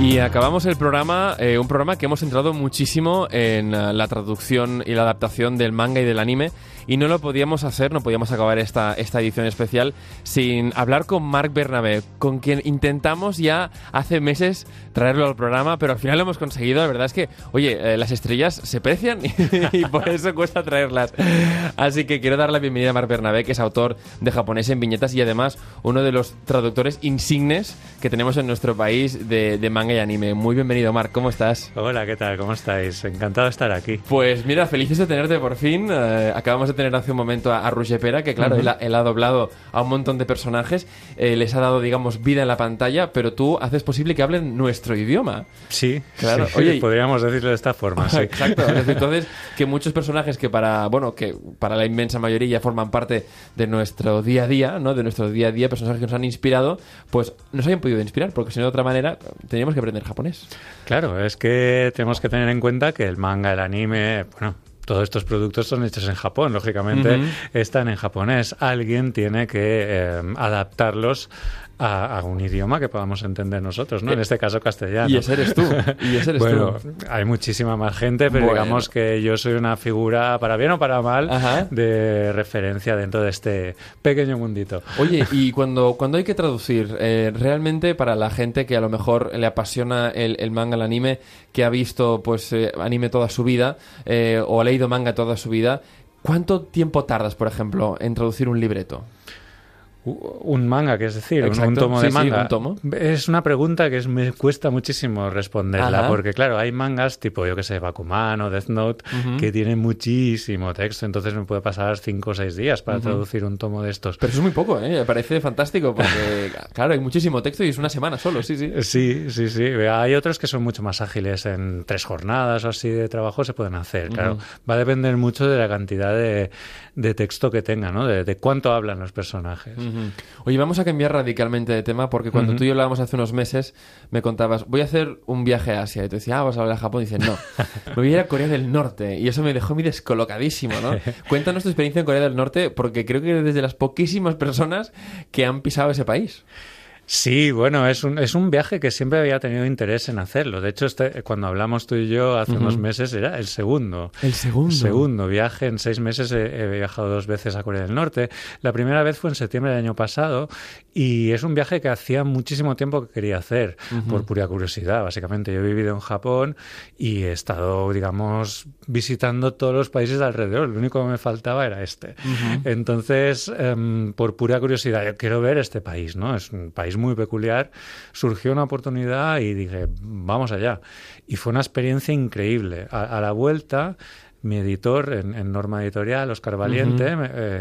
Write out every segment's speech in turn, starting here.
Y acabamos el programa, un programa que hemos centrado muchísimo en la traducción y la adaptación del manga y del anime, y no lo podíamos hacer, no podíamos acabar esta edición especial sin hablar con Marc Bernabé, con quien intentamos ya hace meses traerlo al programa, pero al final lo hemos conseguido. La verdad es que, oye, las estrellas se precian y por eso cuesta traerlas. Así que quiero dar la bienvenida a Marc Bernabé, que es autor de Japonés en Viñetas y además uno de los traductores insignes que tenemos en nuestro país de manga y anime. Muy bienvenido, Marc, ¿cómo estás? Hola, ¿qué tal? ¿Cómo estáis? Encantado de estar aquí. Pues mira, felices de tenerte por fin. Acabamos de tener hace un momento a Roger Pera, que claro, él ha doblado a un montón de personajes, les ha dado, digamos, vida en la pantalla, pero tú haces posible que hablen nuestro idioma. Sí, claro. Sí, oye, podríamos decirlo de esta forma, sí. Exacto. Entonces, que muchos personajes que para la inmensa mayoría ya forman parte de nuestro día a día, ¿no? De nuestro día a día, personajes que nos han inspirado, pues nos hayan podido inspirar, porque si no, de otra manera, teníamos que aprender japonés. Claro, es que tenemos que tener en cuenta que el manga, el anime, bueno, todos estos productos son hechos en Japón, lógicamente están en japonés. Alguien tiene que adaptarlos a un idioma que podamos entender nosotros, ¿no? En este caso castellano. Y ese eres tú. Bueno, hay muchísima más gente, pero digamos que yo soy una figura, para bien o para mal, de referencia dentro de este pequeño mundito. Oye, y cuando hay que traducir, realmente para la gente que a lo mejor le apasiona el manga, el anime, que ha visto pues anime toda su vida, o ha leído manga toda su vida, ¿cuánto tiempo tardas, por ejemplo, en traducir un libreto? Un manga, que es decir, un tomo de manga. Sí, un tomo. Es una pregunta que me cuesta muchísimo responderla, porque claro, hay mangas tipo, yo que sé, Bakuman o Death Note, que tienen muchísimo texto, entonces me puede pasar 5 o 6 días para traducir un tomo de estos. Pero eso es muy poco, ¿eh? Me parece fantástico, porque claro, hay muchísimo texto y es una semana solo, sí. Sí. Hay otros que son mucho más ágiles, en 3 jornadas o así de trabajo se pueden hacer, claro. Va a depender mucho de la cantidad de texto que tenga, ¿no? De cuánto hablan los personajes. Oye, vamos a cambiar radicalmente de tema, porque cuando tú y yo hablábamos hace unos meses, me contabas, voy a hacer un viaje a Asia, y te decía, vas a hablar a Japón, y dices, no, me voy a ir a Corea del Norte, y eso me dejó muy descolocadísimo, ¿no? Cuéntanos tu experiencia en Corea del Norte, porque creo que eres desde las poquísimas personas que han pisado ese país. Sí, bueno, es un viaje que siempre había tenido interés en hacerlo. De hecho, cuando hablamos tú y yo hace unos meses era el segundo. ¿El segundo? Segundo viaje. En 6 meses he viajado 2 veces a Corea del Norte. La primera vez fue en septiembre del año pasado y es un viaje que hacía muchísimo tiempo que quería hacer, por pura curiosidad. Básicamente, yo he vivido en Japón y he estado, digamos, visitando todos los países de alrededor. Lo único que me faltaba era este. Entonces, por pura curiosidad, yo quiero ver este país, ¿no? Es un país muy peculiar, surgió una oportunidad y dije, vamos allá. Y fue una experiencia increíble. A la vuelta, mi editor en Norma Editorial, Óscar Valiente,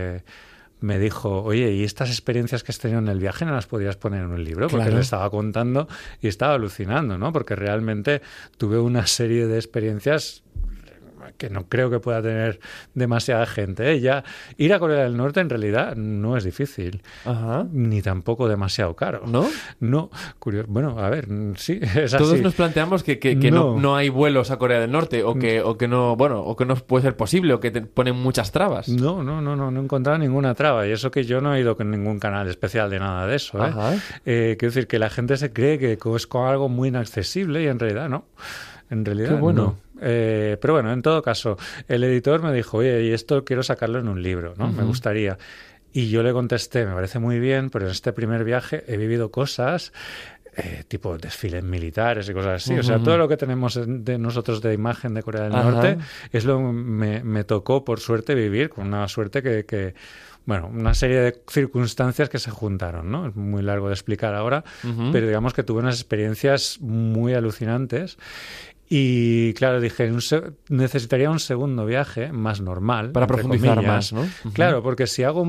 me dijo, oye, ¿y estas experiencias que has tenido en el viaje no las podrías poner en un libro? Porque le estaba contando y estaba alucinando, ¿no? Porque realmente tuve una serie de experiencias que no creo que pueda tener demasiada gente, ¿eh? Ya ir a Corea del Norte en realidad no es difícil, ni tampoco demasiado caro. ¿No? No, curioso. Bueno, a ver, sí, es así. Todos nos planteamos que no hay vuelos a Corea del Norte, o que no puede ser posible, o que te ponen muchas trabas. No he encontrado ninguna traba, y eso que yo no he ido con ningún canal especial de nada de eso, ¿eh? Quiero decir que la gente se cree que es con algo muy inaccesible y en realidad no. En realidad, qué bueno. No. Pero bueno, en todo caso, el editor me dijo, oye, y esto quiero sacarlo en un libro, ¿no? Me gustaría. Y yo le contesté, me parece muy bien, pero en este primer viaje he vivido cosas tipo desfiles militares y cosas así. O sea, todo lo que tenemos de nosotros de imagen de Corea del Norte es lo que me tocó, por suerte, vivir, con una suerte que bueno, una serie de circunstancias que se juntaron, ¿no? Es muy largo de explicar ahora, pero digamos que tuve unas experiencias muy alucinantes. Y claro, dije, necesitaría un segundo viaje más normal. Para profundizar más, ¿no? Claro, porque si hago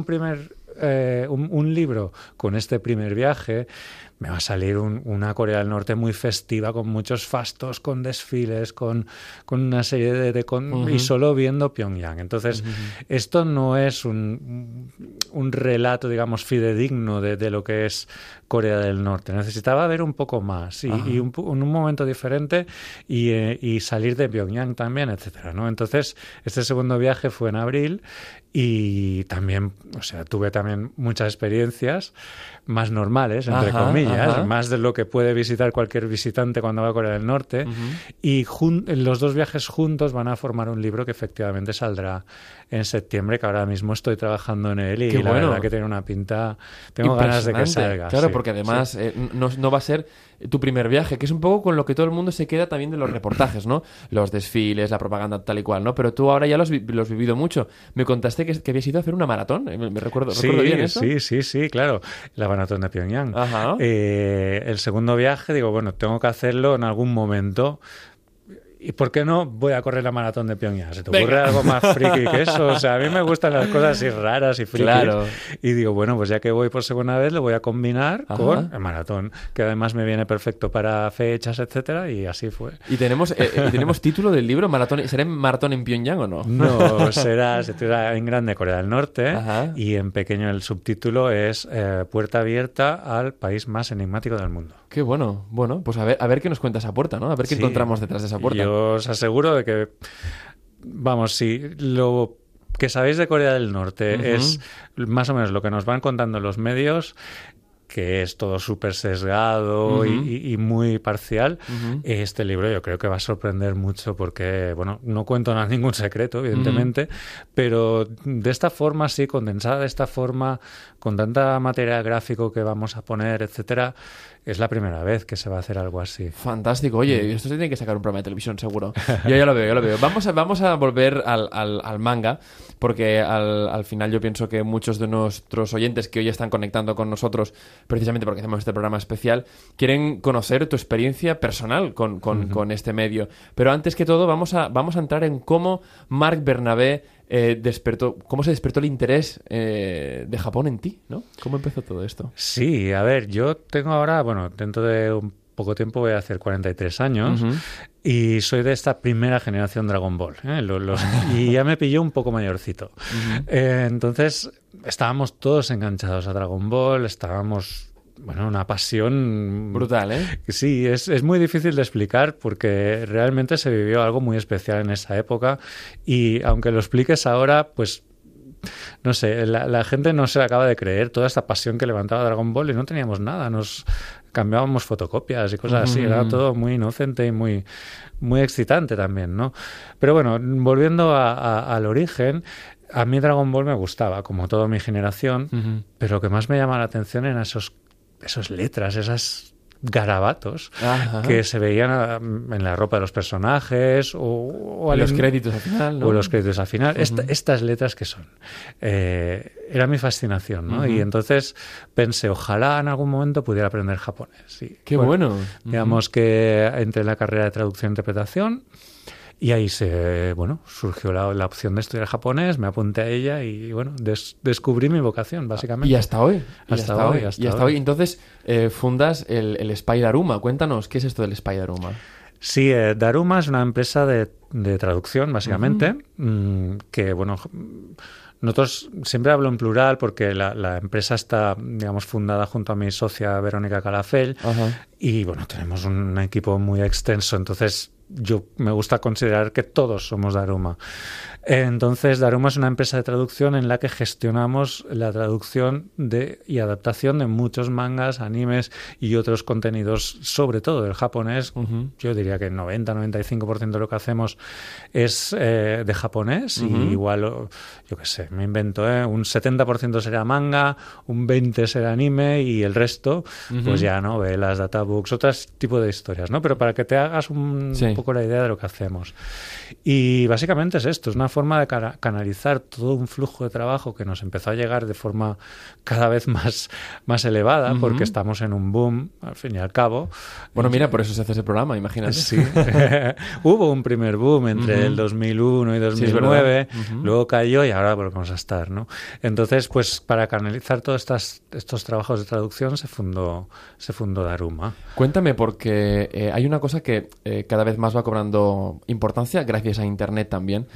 un libro con este primer viaje, me va a salir una Corea del Norte muy festiva, con muchos fastos, con desfiles, con una serie y solo viendo Pyongyang. Entonces, esto no es un relato, digamos, fidedigno de lo que es Corea del Norte. Necesitaba ver un poco más en un momento diferente y salir de Pyongyang también, etcétera, ¿no? Entonces, este segundo viaje fue en abril y también, o sea, tuve también muchas experiencias más normales, entre comillas, más de lo que puede visitar cualquier visitante cuando va a Corea del Norte. Y los dos viajes juntos van a formar un libro que efectivamente saldrá en septiembre, que ahora mismo estoy trabajando en él y la verdad que tiene una pinta, tengo ganas de que salga. Claro, sí, porque además no va a ser tu primer viaje, que es un poco con lo que todo el mundo se queda también de los reportajes, ¿no? Los desfiles, la propaganda tal y cual, ¿no? Pero tú ahora ya lo has vivido mucho. Me contaste que habías ido a hacer una maratón, ¿recuerdo bien eso? Sí, claro, la maratón de Pyongyang. El segundo viaje, digo, bueno, tengo que hacerlo en algún momento. ¿Y por qué no voy a correr la maratón de Pyongyang? ¿Se te ocurre algo más friki que eso? O sea, a mí me gustan las cosas así raras y frikis. Claro. Y digo, bueno, pues ya que voy por segunda vez, lo voy a combinar con el maratón, que además me viene perfecto para fechas, etcétera, y así fue. ¿Y tenemos título del libro? ¿Será Maratón en Pyongyang o no? No, se titula en grande Corea del Norte y en pequeño el subtítulo es Puerta abierta al país más enigmático del mundo. Qué bueno. Bueno, pues a ver qué nos cuenta esa puerta, ¿no? A ver qué encontramos detrás de esa puerta. Yo os aseguro de que, vamos, si lo que sabéis de Corea del Norte es más o menos lo que nos van contando los medios, que es todo súper sesgado y muy parcial, este libro yo creo que va a sorprender mucho porque, bueno, no cuento ningún secreto, evidentemente, pero de esta forma, sí, condensada de esta forma, con tanta material gráfico que vamos a poner, etcétera, es la primera vez que se va a hacer algo así. Fantástico. Oye, esto se tiene que sacar un programa de televisión, seguro. Yo ya lo veo. Vamos a volver al manga, porque al final yo pienso que muchos de nuestros oyentes que hoy están conectando con nosotros, precisamente porque hacemos este programa especial, quieren conocer tu experiencia personal con este medio. Pero antes que todo, vamos a entrar en cómo Marc Bernabé cómo se despertó el interés de Japón en ti, ¿no? ¿Cómo empezó todo esto? Sí, a ver, yo tengo ahora, bueno, dentro de un poco tiempo voy a hacer 43 años y soy de esta primera generación Dragon Ball, y ya me pilló un poco mayorcito. Entonces, estábamos todos enganchados a Dragon Ball, bueno, una pasión brutal, ¿eh? Sí, es muy difícil de explicar porque realmente se vivió algo muy especial en esa época y aunque lo expliques ahora, pues no sé, la gente no se le acaba de creer toda esta pasión que levantaba Dragon Ball y no teníamos nada, nos cambiábamos fotocopias y cosas así, era todo muy inocente y muy, muy excitante también, ¿no? Pero bueno, volviendo al origen, a mí Dragon Ball me gustaba, como toda mi generación, pero lo que más me llama la atención eran esas letras, esas garabatos que se veían en la ropa de los personajes o los créditos al final, ¿no? O los créditos al final. Estas letras que son. Era mi fascinación, ¿no? Y entonces pensé, ojalá en algún momento pudiera aprender japonés. Y, ¡qué bueno! Digamos que entré en la carrera de traducción e interpretación. Y ahí surgió la opción de estudiar japonés, me apunté a ella y bueno, descubrí mi vocación, básicamente. Y hasta hoy. Hasta hoy. Entonces, fundas el Spy Daruma. Cuéntanos, ¿qué es esto del Spy Daruma? Sí, Daruma es una empresa de traducción, básicamente, que, bueno, nosotros siempre hablo en plural porque la empresa está, digamos, fundada junto a mi socia Verónica Calafell y, bueno, tenemos un equipo muy extenso, entonces yo me gusta considerar que todos somos Daruma. Entonces, Daruma es una empresa de traducción en la que gestionamos la traducción y adaptación de muchos mangas, animes y otros contenidos, sobre todo del japonés. Yo diría que el 90-95% de lo que hacemos es de japonés y igual, yo qué sé, me invento, un 70% será manga, un 20% será anime y el resto, pues ya novelas, databooks, otros tipos de historias, ¿no? Pero para que te hagas un poco la idea de lo que hacemos. Y básicamente es esto, es una forma de canalizar todo un flujo de trabajo que nos empezó a llegar de forma cada vez más elevada, porque estamos en un boom, al fin y al cabo. Bueno, mira, por eso se hace ese programa, imagínate. Sí. Hubo un primer boom entre el 2001 y 2009, luego cayó y ahora volvemos a estar, ¿no? Entonces, pues para canalizar todos estos trabajos de traducción se fundó Daruma. Cuéntame, porque hay una cosa que cada vez más va cobrando importancia, gracias a Internet también,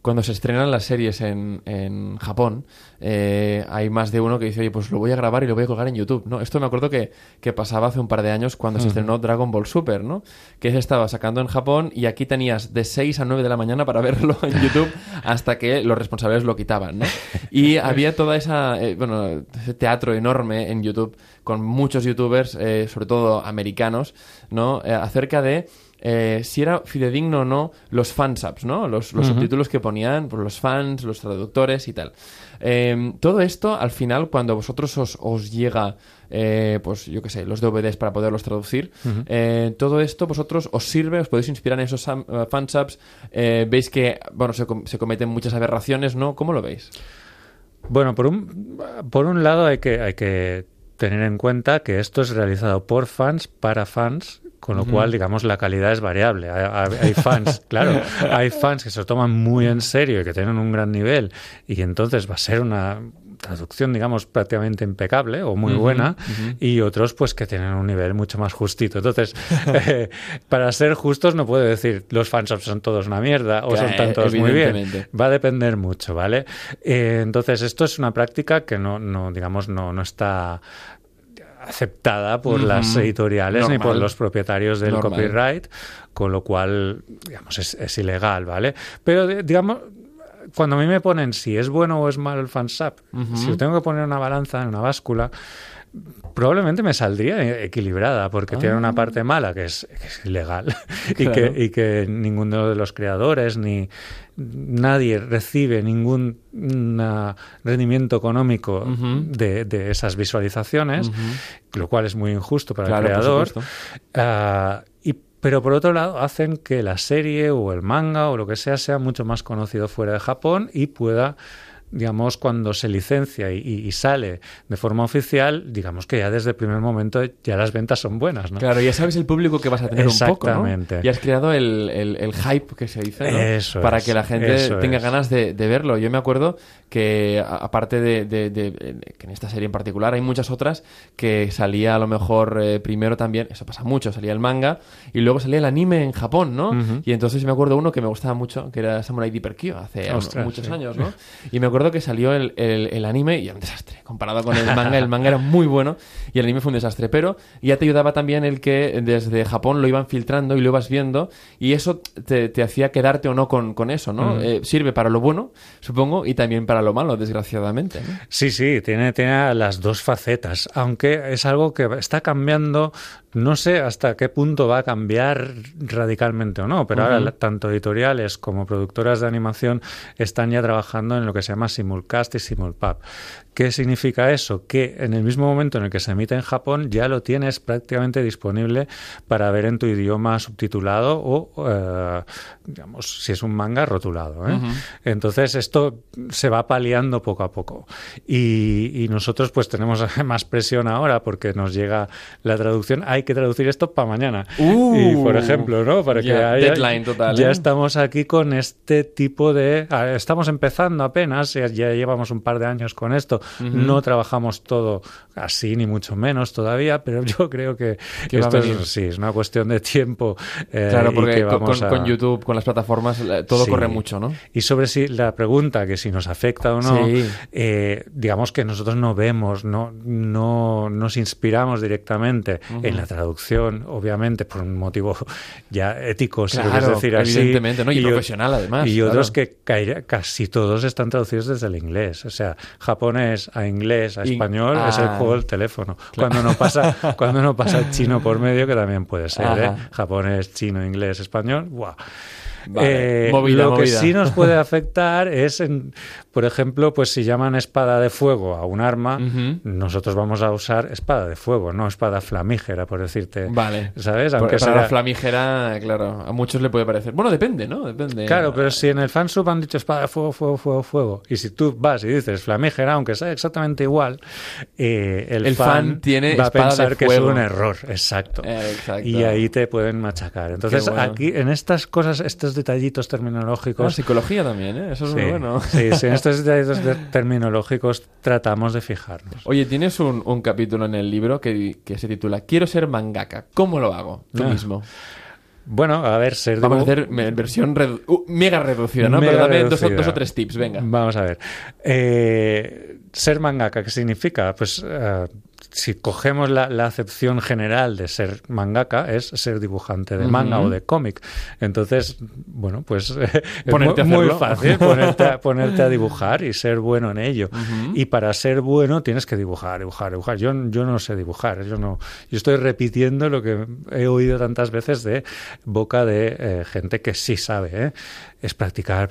cuando se estrenan las series en Japón, hay más de uno que dice, oye, pues lo voy a grabar y lo voy a colgar en YouTube, ¿no? Esto me acuerdo que pasaba hace un par de años cuando se estrenó Dragon Ball Super, ¿no? Que se estaba sacando en Japón y aquí tenías de 6 a 9 de la mañana para verlo en YouTube hasta que los responsables lo quitaban, ¿no? Y había toda ese teatro enorme en YouTube con muchos youtubers, sobre todo americanos, ¿no? Acerca de si era fidedigno o no los fansubs, ¿no? Los subtítulos que ponían por los fans, los traductores y tal. Todo esto, al final, cuando a vosotros os llega, pues yo qué sé, los DVDs para poderlos traducir, todo esto vosotros os sirve, os podéis inspirar en esos fansubs, veis que, bueno, se cometen muchas aberraciones, ¿no? ¿Cómo lo veis? Bueno, por un lado hay que tener en cuenta que esto es realizado por fans para fans, con lo cual, digamos, la calidad es variable. Hay fans, claro, hay fans que se lo toman muy en serio y que tienen un gran nivel, y entonces va a ser una traducción, digamos, prácticamente impecable o muy buena, y otros pues que tienen un nivel mucho más justito. Entonces, para ser justos no puedo decir los fans son todos una mierda o son todos muy bien. Va a depender mucho, ¿vale? Entonces, esto es una práctica que no está aceptada por las editoriales ni por los propietarios del copyright, con lo cual, digamos, es ilegal, ¿vale? Pero, digamos, cuando a mí me ponen si es bueno o es malo el fansub, si lo tengo que poner en una balanza, en una báscula, probablemente me saldría equilibrada, porque tiene una parte mala que es ilegal, claro. y que ninguno de los creadores ni nadie recibe ningún rendimiento económico de esas visualizaciones, lo cual es muy injusto para el creador. Pero por otro lado hacen que la serie o el manga o lo que sea mucho más conocido fuera de Japón y pueda, digamos, cuando se licencia y sale de forma oficial, digamos que ya desde el primer momento ya las ventas son buenas, ¿no? Claro, ya sabes el público que vas a tener un poco, ¿no? Exactamente. Y has creado el hype que se dice, ¿no? Eso para es, que la gente tenga ganas de verlo. Yo me acuerdo que, aparte que en esta serie en particular, hay muchas otras que salía a lo mejor primero también, eso pasa mucho, salía el manga y luego salía el anime en Japón, ¿no? Y entonces me acuerdo uno que me gustaba mucho, que era Samurai Deeper Kyo, hace muchos años, ¿no? Y me acuerdo que salió el anime y era un desastre comparado con el manga. El manga era muy bueno y el anime fue un desastre, pero ya te ayudaba también el que desde Japón lo iban filtrando y lo ibas viendo, y eso te hacía quedarte o no con eso, ¿no? Sirve para lo bueno, supongo, y también para lo malo, desgraciadamente, ¿no? Sí, tiene las dos facetas, aunque es algo que está cambiando. No sé hasta qué punto va a cambiar radicalmente o no, pero ahora tanto editoriales como productoras de animación están ya trabajando en lo que se llama simulcast y simulpub. ¿Qué significa eso? Que en el mismo momento en el que se emite en Japón ya lo tienes prácticamente disponible para ver en tu idioma subtitulado o, digamos, si es un manga, rotulado, ¿eh? Entonces esto se va paliando poco a poco. Y nosotros pues tenemos más presión ahora porque nos llega la traducción. Hay que traducir esto para mañana. Y por ejemplo, ¿no? Para que haya, deadline total. Ya estamos aquí con este tipo de... Estamos empezando apenas, ya llevamos un par de años con esto. No trabajamos todo así, ni mucho menos todavía, pero yo creo que esto es una cuestión de tiempo. Claro, porque que vamos con YouTube, con las plataformas, todo corre mucho, ¿no? Y sobre la pregunta que si nos afecta o no, digamos que nosotros no vemos, no nos inspiramos directamente en la traducción, obviamente, por un motivo ya ético, si lo quieres decir así. Evidentemente, ¿no? Y profesional, además. Y otros que casi todos están traducidos desde el inglés. O sea, japonés a inglés, a español, es el juego del teléfono. Claro. Cuando no pasa chino por medio, que también puede ser, japonés, chino, inglés, español, ¡buah! Vale. Lo que sí nos puede afectar es, por ejemplo, pues si llaman espada de fuego a un arma, nosotros vamos a usar espada de fuego, no espada flamígera, por decirte. Vale. ¿Sabes? Aunque para la flamígera, claro, a muchos le puede parecer. Bueno, depende, ¿no? Depende. Claro, pero si en el fansub han dicho espada de fuego, fuego, fuego, fuego, y si tú vas y dices flamígera, aunque sea exactamente igual, el fan tiene va a pensar de que es un error. Exacto. Exacto. Y ahí te pueden machacar. Entonces, aquí, en estas cosas, estos detallitos terminológicos... psicología también, ¿eh? Eso es muy bueno. Sí, en estos detallitos terminológicos tratamos de fijarnos. Oye, tienes un capítulo en el libro que se titula Quiero ser mangaka. ¿Cómo lo hago? Tú mismo. Bueno, a ver, Vamos a hacer versión mega reducida, ¿no? Mega Pero dame reducida. dos o tres tips, venga. Vamos a ver. Ser mangaka, ¿qué significa? Pues si cogemos la acepción general de ser mangaka, es ser dibujante de manga o de cómic. Entonces, bueno, pues es muy fácil ponerte a dibujar y ser bueno en ello. Y para ser bueno tienes que dibujar. Yo no sé dibujar. Yo estoy repitiendo lo que he oído tantas veces de boca de gente que sí sabe, Es practicar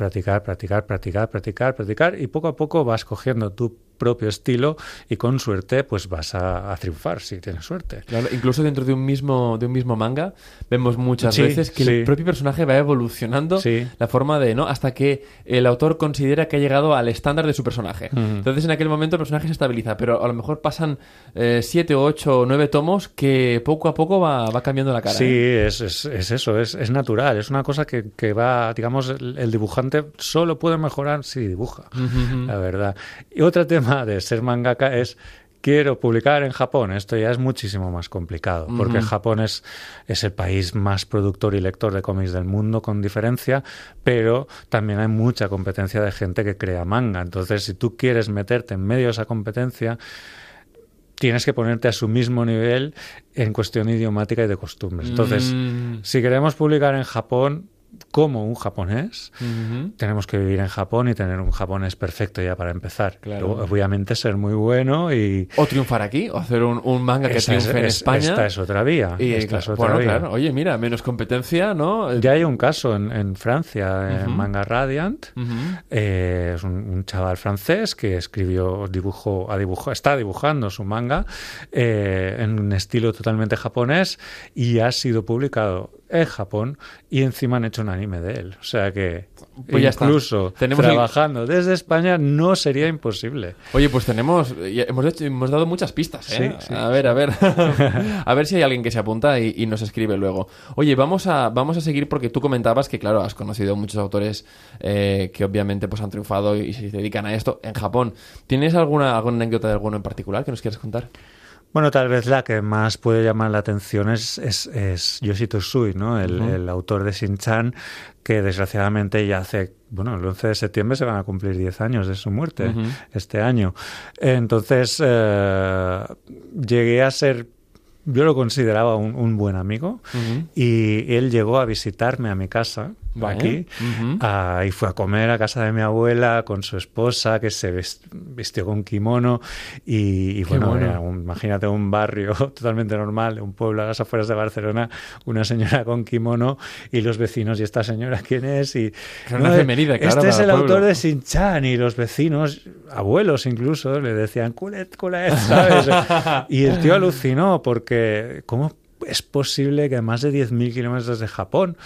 y poco a poco vas cogiendo tu propio estilo y con suerte pues vas a triunfar si tienes suerte. Claro, incluso dentro de un mismo manga vemos muchas veces que el propio personaje va evolucionando la forma de, ¿no? Hasta que el autor considera que ha llegado al estándar de su personaje. Entonces en aquel momento el personaje se estabiliza, pero a lo mejor pasan 7 o 8 o 9 tomos que poco a poco va cambiando la cara. Sí, es eso, es natural, es una cosa que va, digamos, el dibujante solo puede mejorar si dibuja, la verdad. Y otro tema de ser mangaka es quiero publicar en Japón. Esto ya es muchísimo más complicado, porque Japón es el país más productor y lector de cómics del mundo, con diferencia, pero también hay mucha competencia de gente que crea manga. Entonces, si tú quieres meterte en medio de esa competencia, tienes que ponerte a su mismo nivel en cuestión idiomática y de costumbres. Entonces, si queremos publicar en Japón, como un japonés, tenemos que vivir en Japón y tener un japonés perfecto ya para empezar. Claro. Luego, obviamente ser muy bueno y... O triunfar aquí, o hacer un manga que triunfe en España. Esta es otra vía. Claro. Oye, mira, menos competencia, ¿no? Ya hay un caso en Francia, en Manga Radiant. Es un chaval francés que está dibujando su manga en un estilo totalmente japonés y ha sido publicado en Japón y encima han hecho un anime de él. O sea que pues incluso trabajando desde España no sería imposible. Oye, pues hemos dado muchas pistas, ¿eh? Sí, a ver. A ver si hay alguien que se apunta y nos escribe luego. Oye, vamos a seguir porque tú comentabas que, claro, has conocido muchos autores que obviamente pues han triunfado y se dedican a esto en Japón. ¿Tienes alguna anécdota de alguno en particular que nos quieras contar? Bueno, tal vez la que más puede llamar la atención es Yoshito Usui, ¿no? El autor de Shin-Chan, que desgraciadamente ya el 11 de septiembre se van a cumplir 10 años de su muerte este año. Entonces, llegué a ser... Yo lo consideraba un buen amigo y él llegó a visitarme a mi casa aquí y fue a comer a casa de mi abuela con su esposa que se vistió con kimono y bueno. Imagínate un barrio totalmente normal, un pueblo a las afueras de Barcelona, una señora con kimono y los vecinos, ¿y esta señora quién es? Y este es el autor de Shin-Chan, y los vecinos, abuelos incluso, le decían culet, ¿sabes? Y el tío alucinó porque ¿cómo es posible que a más de 10.000 kilómetros de Japón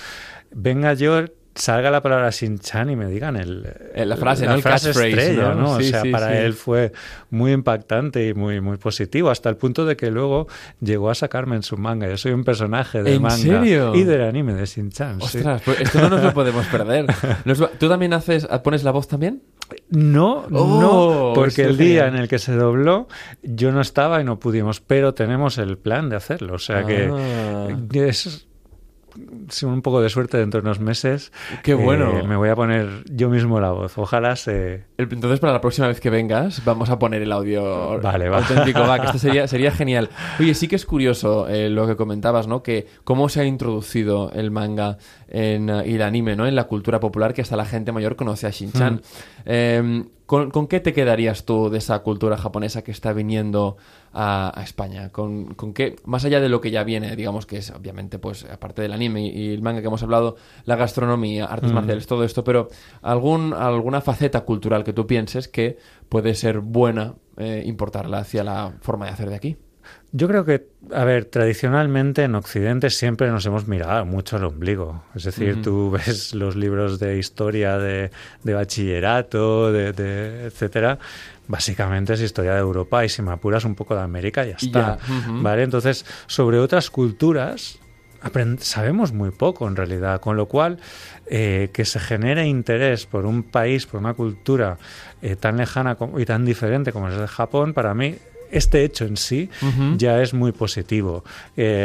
salga la palabra Shin-Chan y me digan la frase, ¿no? El catchphrase, ¿no? Sí, para él fue muy impactante y muy, muy positivo, hasta el punto de que luego llegó a sacarme en su manga. Yo soy un personaje del manga. ¿En serio? Y del anime de Shin-Chan. Ostras, pues esto no nos lo podemos perder. ¿Tú también pones la voz también? No, porque el día en el que se dobló yo no estaba y no pudimos, pero tenemos el plan de hacerlo. O sea que es... un poco de suerte dentro de unos meses. ¡Qué bueno! Me voy a poner yo mismo la voz. Ojalá se... Entonces, para la próxima vez que vengas, vamos a poner el audio vale. auténtico. Que esto sería genial. Oye, sí que es curioso lo que comentabas, ¿no? Que cómo se ha introducido el manga y el anime, ¿no? En la cultura popular, que hasta la gente mayor conoce a Shin-Chan. ¿Con qué te quedarías tú de esa cultura japonesa que está viniendo a España? ¿Con qué, más allá de lo que ya viene, digamos que es obviamente, pues aparte del anime y el manga que hemos hablado, la gastronomía, artes marciales, todo esto, pero alguna faceta cultural que tú pienses que puede ser buena importarla hacia la forma de hacer de aquí? Yo creo que, tradicionalmente en Occidente siempre nos hemos mirado mucho al ombligo. Es decir, tú ves los libros de historia de bachillerato, etcétera. Básicamente es historia de Europa y, si me apuras, un poco de América y ya está. ¿Vale? Entonces, sobre otras culturas sabemos muy poco en realidad, con lo cual que se genere interés por un país, por una cultura tan lejana y tan diferente como es el de Japón, para mí este hecho en sí ya es muy positivo.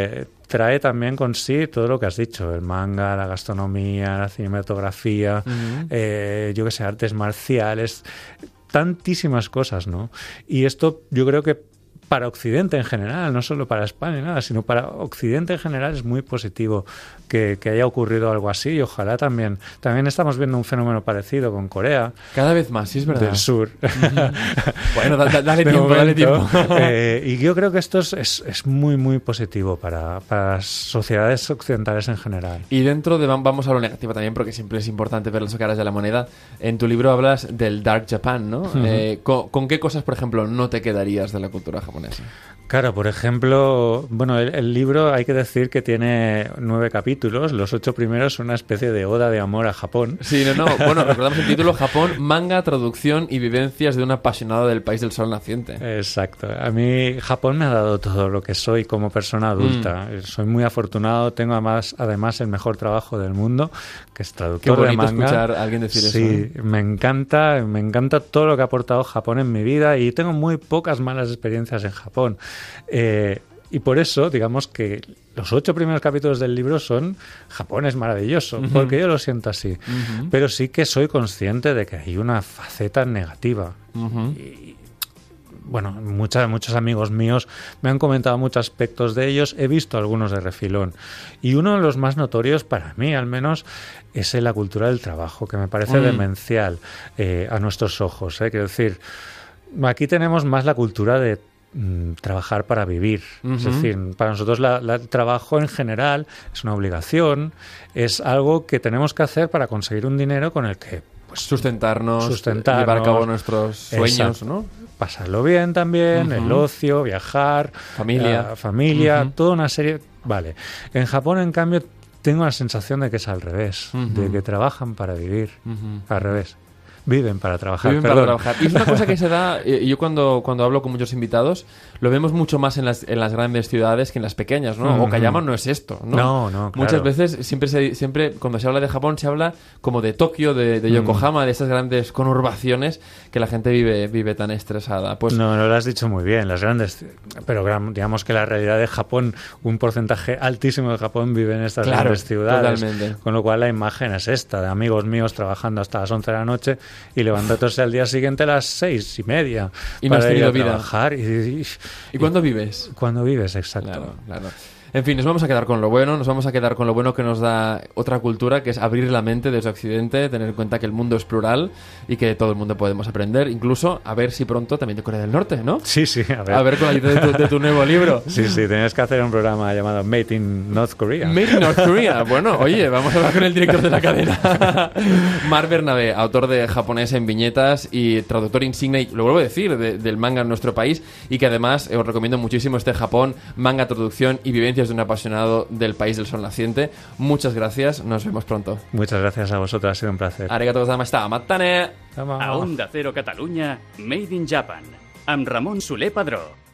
trae también con sí todo lo que has dicho, el manga, la gastronomía, la cinematografía, yo que sé, artes marciales, tantísimas cosas, ¿no? Y esto yo creo que para Occidente en general, no solo para España, nada, sino para Occidente en general es muy positivo que haya ocurrido algo así y ojalá también estamos viendo un fenómeno parecido con Corea. Cada vez más, sí es verdad. Del sur. Bueno, dale tiempo, dale tiempo. Y yo creo que esto es muy, muy positivo para sociedades occidentales en general. Y dentro de, vamos a lo negativo también, porque siempre es importante ver las caras de la moneda, en tu libro hablas del Dark Japan, ¿no? ¿Con qué cosas, por ejemplo, no te quedarías de la cultura japonesa? Claro, por ejemplo, bueno, el libro hay que decir que tiene 9 capítulos, los 8 primeros son una especie de oda de amor a Japón. Sí, bueno, recordamos el título: Japón, manga, traducción y vivencias de un apasionado del país del sol naciente. Exacto. A mí Japón me ha dado todo lo que soy como persona adulta. Soy muy afortunado, tengo además el mejor trabajo del mundo, que es traductor de manga. Qué bonito escuchar a alguien decir eso. Sí, me encanta todo lo que ha aportado Japón en mi vida y tengo muy pocas malas experiencias en Japón. Y por eso, digamos que los 8 primeros capítulos del libro son Japón es maravilloso, porque yo lo siento así. Pero sí que soy consciente de que hay una faceta negativa. Y, bueno, muchos amigos míos me han comentado muchos aspectos de ellos, he visto algunos de refilón. Y uno de los más notorios, para mí al menos, es la cultura del trabajo, que me parece demencial a nuestros ojos. Quiero decir, aquí tenemos más la cultura de trabajar para vivir. Es decir, para nosotros el trabajo en general es una obligación, es algo que tenemos que hacer para conseguir un dinero con el que pues, sustentarnos, llevar a cabo nuestros sueños. Exacto. ¿No? Pasarlo bien también, el ocio, viajar, familia, toda una serie. Vale. En Japón, en cambio, tengo la sensación de que es al revés, de que trabajan para vivir, al revés. Viven para trabajar. Para trabajar. Y es una cosa que se da, yo cuando hablo con muchos invitados, lo vemos mucho más en las grandes ciudades que en las pequeñas, ¿no? Okayama no es esto, ¿no? No, claro. Muchas veces, siempre cuando se habla de Japón, se habla como de Tokio, de Yokohama, de esas grandes conurbaciones que la gente vive tan estresada. Pues no lo has dicho muy bien, las grandes... Pero digamos que la realidad de Japón, un porcentaje altísimo de Japón vive en estas grandes ciudades. Totalmente. Con lo cual la imagen es esta, de amigos míos trabajando hasta las 11 de la noche y levantándose al día siguiente a las 6:30 y no has tenido vida. Trabajar. ¿Y cuándo vives? Cuando vives, exacto. Claro. En fin, nos vamos a quedar con lo bueno, que nos da otra cultura, que es abrir la mente desde Occidente, tener en cuenta que el mundo es plural y que todo el mundo podemos aprender, incluso a ver si pronto también de Corea del Norte, ¿no? Sí, a ver con la ayuda de tu nuevo libro. Sí, tenías que hacer un programa llamado Made in North Korea. Made in North Korea. Bueno, oye, vamos a hablar con el director de la cadena. Marc Bernabé, autor de Japonés en viñetas y traductor insigne, y lo vuelvo a decir, del manga en nuestro país, y que además os recomiendo muchísimo este Japón, manga, traducción y vivencias de un apasionado del país del sol naciente. Muchas gracias, nos vemos pronto. Muchas gracias a vosotros, ha sido un placer. Arigato gozaimashita, matane. A Onda Cero Catalunya, Made in Japan, amb Ramon Soler Padró.